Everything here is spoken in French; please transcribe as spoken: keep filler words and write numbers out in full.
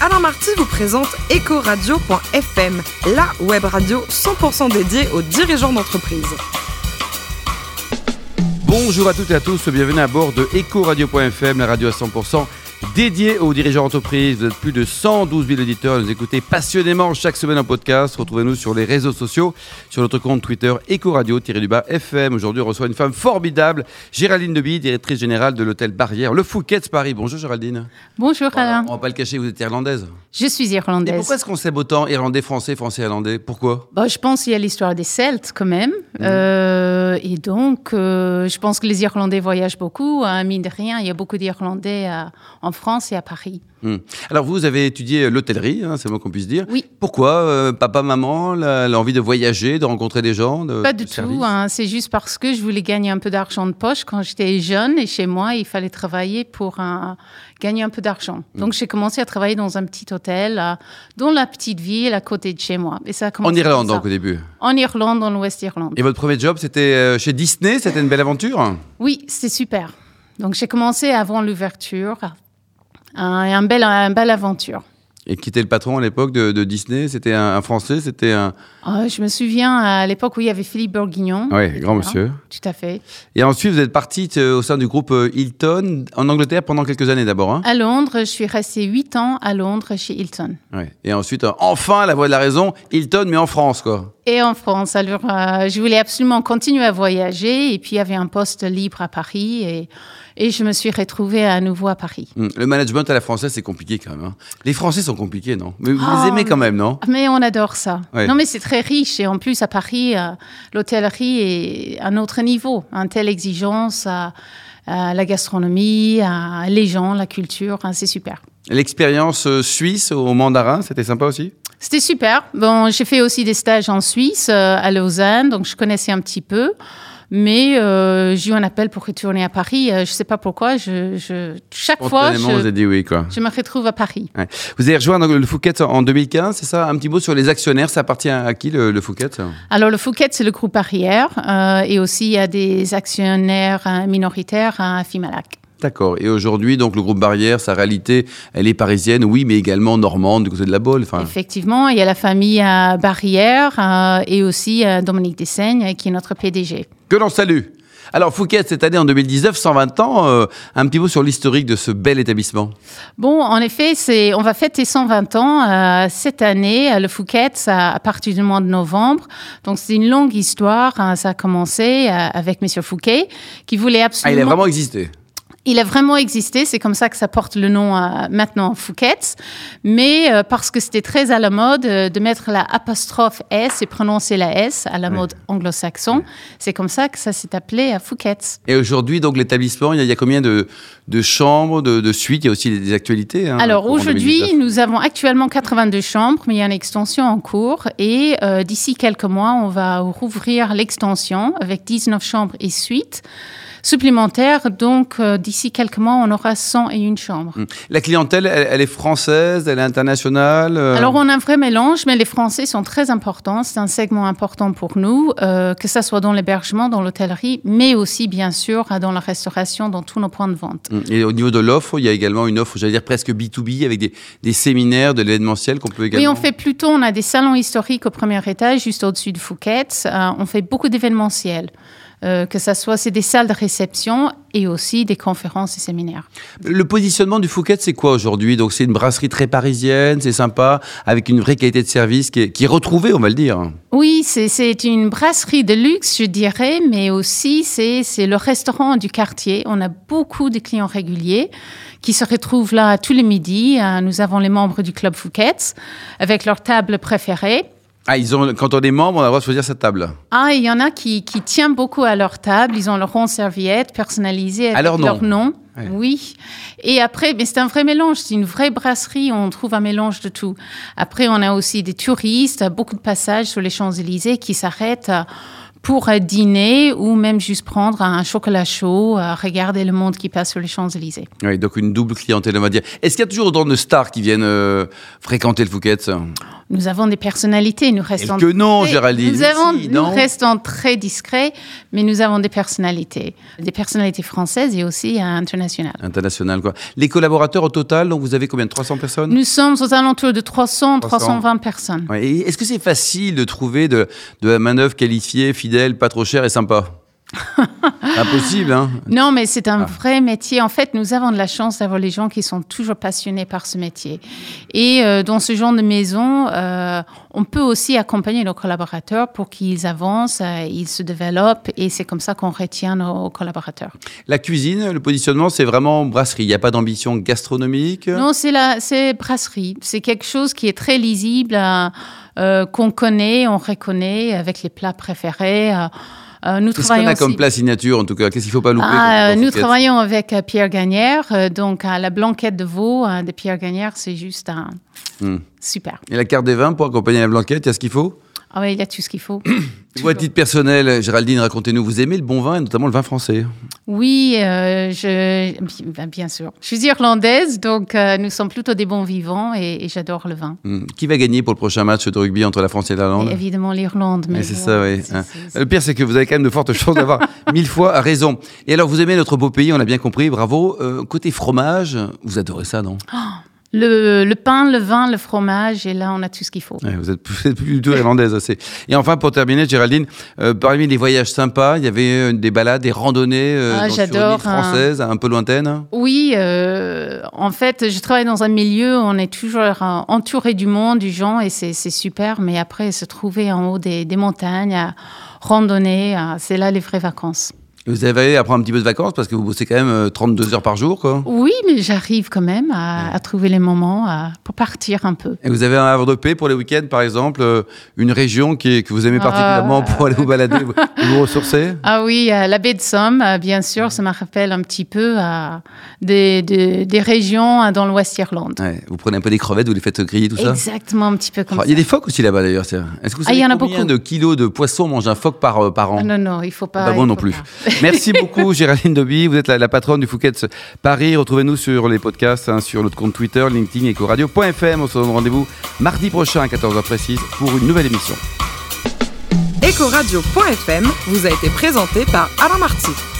Alain Marty vous présente Ecoradio point F M, la web radio cent pour cent dédiée aux dirigeants d'entreprise. Bonjour à toutes et à tous, bienvenue à bord de Ecoradio point F M, la radio à cent pour cent dédiée aux dirigeants d'entreprise. Vous êtes plus de cent douze mille auditeurs, nous écoutez passionnément chaque semaine en podcast. Retrouvez-nous sur les réseaux sociaux, sur notre compte Twitter Ecoradio-du-bas F M. Aujourd'hui, on reçoit une femme formidable, Géraldine Deby, directrice générale de l'hôtel Barrière, le Fouquet's Paris. Bonjour Géraldine. Bonjour Alain. On ne va pas le cacher, vous êtes irlandaise. Je suis irlandaise. Et pourquoi est-ce qu'on s'aime autant irlandais, français, français, irlandais? Pourquoi? Bah, je pense qu'il y a l'histoire des Celtes quand même. Mmh. Euh, et donc, euh, je pense que les Irlandais voyagent beaucoup. Hein, mine de rien, il y a beaucoup d'Irlandais à, en France et à Paris. Mmh. Alors, vous avez étudié l'hôtellerie, hein, c'est le moins qu'on puisse dire. Oui. Pourquoi euh, papa, maman, la, l'envie de voyager, de rencontrer des gens de, Pas du de tout. Hein, c'est juste parce que je voulais gagner un peu d'argent de poche quand j'étais jeune. Et chez moi, il fallait travailler pour un, gagner un peu d'argent. Mmh. Donc, j'ai commencé à travailler dans un petit hôtel à, dans la petite ville à côté de chez moi. Et ça a commencé en Irlande, donc, au début? En Irlande, dans l'Ouest-Irlande. Et votre premier job, c'était chez Disney? C'était une belle aventure? Oui, c'était super. Donc, j'ai commencé avant l'ouverture. Un, un bel, un belle aventure. Et qui était le patron à l'époque de, de Disney? C'était un, un Français? C'était un... Oh, je me souviens à l'époque où il y avait Philippe Bourguignon. Oui, grand monsieur. Tout à fait. Et ensuite, vous êtes partie au sein du groupe Hilton en Angleterre pendant quelques années d'abord. Hein? À Londres, je suis restée huit ans à Londres chez Hilton. Ouais. Et ensuite, enfin, la voix de la raison, Hilton, mais en France, quoi. Et en France. Alors, euh, je voulais absolument continuer à voyager. Et puis, il y avait un poste libre à Paris. Et, et je me suis retrouvée à nouveau à Paris. Mmh. Le management à la française, c'est compliqué quand même. Hein. Les Français sont compliqués, non? Mais vous oh, les aimez quand même, non? Mais on adore ça. Ouais. Non, mais c'est très riche. Et en plus, à Paris, euh, l'hôtellerie est à un autre niveau. Une telle exigence à, à la gastronomie, à les gens, la culture. Hein, c'est super. L'expérience suisse au mandarin, c'était sympa aussi? C'était super. Bon, j'ai fait aussi des stages en Suisse, euh, à Lausanne, donc je connaissais un petit peu. Mais euh, j'ai eu un appel pour retourner à Paris. Euh, je ne sais pas pourquoi. Je, je, chaque fois, je, vous avez dit oui, quoi. je me retrouve à Paris. Ouais. Vous avez rejoint le Fouquet's en deux mille quinze, c'est ça? Un petit mot sur les actionnaires. Ça appartient à qui, le, le Fouquet's? Alors, le Fouquet's, c'est le groupe Barrière. Euh, et aussi, il y a des actionnaires euh, minoritaires à Fimalac. D'accord. Et aujourd'hui, donc, le groupe Barrière, sa réalité, elle est parisienne, oui, mais également normande, du côté de la Baule. Enfin... Effectivement, il y a la famille à Barrière euh, et aussi euh, Dominique Dessaignes, qui est notre P D G. Que l'on salue. Alors, Fouquet's, cette année, en deux mille dix-neuf, cent vingt ans, euh, un petit mot sur l'historique de ce bel établissement. Bon, en effet, c'est, on va fêter cent vingt ans euh, cette année, le Fouquet's, à, à partir du mois de novembre. Donc, c'est une longue histoire. Hein, ça a commencé euh, avec M. Fouquet, qui voulait absolument... Ah, il a vraiment existé. Il a vraiment existé, c'est comme ça que ça porte le nom euh, maintenant Fouquet's, mais euh, parce que c'était très à la mode euh, de mettre la apostrophe S et prononcer la S à la oui. mode anglo-saxon. Oui. C'est comme ça que ça s'est appelé à Fouquet's. Et aujourd'hui, donc l'établissement, il y a, il y a combien de, de chambres, de, de suites? Il y a aussi des, des actualités. Hein, Alors aujourd'hui, nous avons actuellement quatre-vingt-deux chambres, mais il y a une extension en cours et euh, d'ici quelques mois, on va rouvrir l'extension avec dix-neuf chambres et suites supplémentaires. Donc, euh, d'ici quelques mois, on aura cent et une chambres. La clientèle, elle, elle est française, elle est internationale euh... Alors, on a un vrai mélange, mais les Français sont très importants. C'est un segment important pour nous, euh, que ça soit dans l'hébergement, dans l'hôtellerie, mais aussi, bien sûr, dans la restauration, dans tous nos points de vente. Et au niveau de l'offre, il y a également une offre, j'allais dire, presque B deux B, avec des, des séminaires, de l'événementiel qu'on peut également... Oui, on fait plutôt, on a des salons historiques au premier étage, juste au-dessus de Fouquet's. Euh, on fait beaucoup d'événementiels. Euh, que ça soit, c'est des salles de réception et aussi des conférences et séminaires. Le positionnement du Fouquet's, c'est quoi aujourd'hui? Donc, c'est une brasserie très parisienne, c'est sympa, avec une vraie qualité de service qui est, qui est retrouvée, on va le dire. Oui, c'est, c'est une brasserie de luxe, je dirais, mais aussi c'est, c'est le restaurant du quartier. On a beaucoup de clients réguliers qui se retrouvent là tous les midis. Nous avons les membres du Club Fouquet's avec leur table préférée. Ah, ils ont, quand on est membre, on a le droit de choisir sa table. Ah, il y en a qui, qui tiennent beaucoup à leur table. Ils ont leur ronde serviette personnalisée avec leur nom. Leur nom. Ouais. Oui. Et après, mais c'est un vrai mélange. C'est une vraie brasserie. On trouve un mélange de tout. Après, on a aussi des touristes, beaucoup de passages sur les Champs-Élysées qui s'arrêtent pour dîner ou même juste prendre un chocolat chaud, regarder le monde qui passe sur les Champs-Élysées. Oui, donc une double clientèle, on va dire. Est-ce qu'il y a toujours autant de stars qui viennent euh, fréquenter le Fouquet's ? Nous avons des personnalités, nous restons... Que non, très, Géraldine. Nous, avons, si, nous non restons très discrets, mais nous avons des personnalités. Des personnalités françaises et aussi internationales. International, quoi. Les collaborateurs au total, donc vous avez combien de trois cents personnes? Nous sommes aux alentours de trois cents, trois cent vingt personnes. Ouais. Et est-ce que c'est facile de trouver de, de la main-d'œuvre qualifiée, fidèle, pas trop chère et sympa? Impossible, hein? Non, mais c'est un Ah. vrai métier. En fait, nous avons de la chance d'avoir les gens qui sont toujours passionnés par ce métier. Et euh, dans ce genre de maison, euh, on peut aussi accompagner nos collaborateurs pour qu'ils avancent, euh, ils se développent, et c'est comme ça qu'on retient nos collaborateurs. La cuisine, le positionnement, c'est vraiment brasserie. Il n'y a pas d'ambition gastronomique? Non, c'est la, c'est brasserie. C'est quelque chose qui est très lisible, euh, euh, qu'on connaît, on reconnaît avec les plats préférés. Euh, Euh, nous Qu'est-ce qu'on a aussi... comme plat signature, en tout cas? Qu'est-ce qu'il ne faut pas louper? Ah, dans nous Fouquet's travaillons avec euh, Pierre Gagnère. Euh, donc, euh, la blanquette de veau euh, de Pierre Gagnère, c'est juste un... Hmm. super. Et la carte des vins pour accompagner la blanquette, il y a ce qu'il faut? Ah oui, il y a tout ce qu'il faut. Vous, à titre personnel, Géraldine, racontez-nous, vous aimez le bon vin, et notamment le vin français? Oui, euh, je, bien, bien sûr. Je suis irlandaise, donc euh, nous sommes plutôt des bons vivants et, et j'adore le vin. Hmm. Qui va gagner pour le prochain match de rugby entre la France et l'Irlande? Et évidemment l'Irlande. Mais Ouais, c'est bon, ça, oui. c'est- Hein. c'est- c'est- Le pire, c'est que vous avez quand même de fortes chances d'avoir mille fois raison. Et alors, vous aimez notre beau pays, on l'a bien compris, bravo. Euh, côté fromage, vous adorez ça, non? Le, le pain, le vin, le fromage, et là, on a tout ce qu'il faut. Ouais, vous êtes vous êtes plus du tout irlandaise. Hein, c'est- Et enfin, pour terminer, Géraldine, euh, parmi les voyages sympas, il y avait euh, des balades, des randonnées euh, Ah, dans- sur une j'adore, île française, un peu lointaine. Oui, euh, en fait, je travaille dans un milieu où on est toujours euh, entouré du monde, du gens, et c'est c'est super. Mais après, se trouver en haut des, des montagnes, à randonner, euh, c'est là les vraies vacances. Vous avez à prendre un petit peu de vacances parce que vous bossez quand même euh, trente-deux heures par jour, quoi. Oui, mais j'arrive quand même à, à trouver les moments à- pour partir un peu. Et vous avez un havre de paix pour les week-ends, par exemple, euh, une région qui est- que vous aimez particulièrement Ah. pour aller vous balader, vous, vous ressourcer? Ah oui, euh, la baie de Somme, euh, bien sûr, ça me rappelle un petit peu à des, des, des régions euh, dans l'Ouest Irlande. Ouais, vous prenez un peu des crevettes, vous les faites griller, tout ça? Exactement, un petit peu comme Oh, ça. il y a des phoques aussi là-bas d'ailleurs. tiens. Est-ce que vous Ah, il savez y en a combien beaucoup. de kilos de poissons mange un phoque par, euh, par an? Ah, non, non, il faut pas. Bah, moi il non faut plus. pas. Merci beaucoup Géraldine Doby, vous êtes la, la patronne du Fouquet's Paris. Retrouvez-nous sur les podcasts, hein, sur notre compte Twitter, LinkedIn, ecoradio point f m. On se donne rendez-vous mardi prochain à quatorze heures précise pour une nouvelle émission. Ecoradio point f m vous a été présenté par Alain Marty.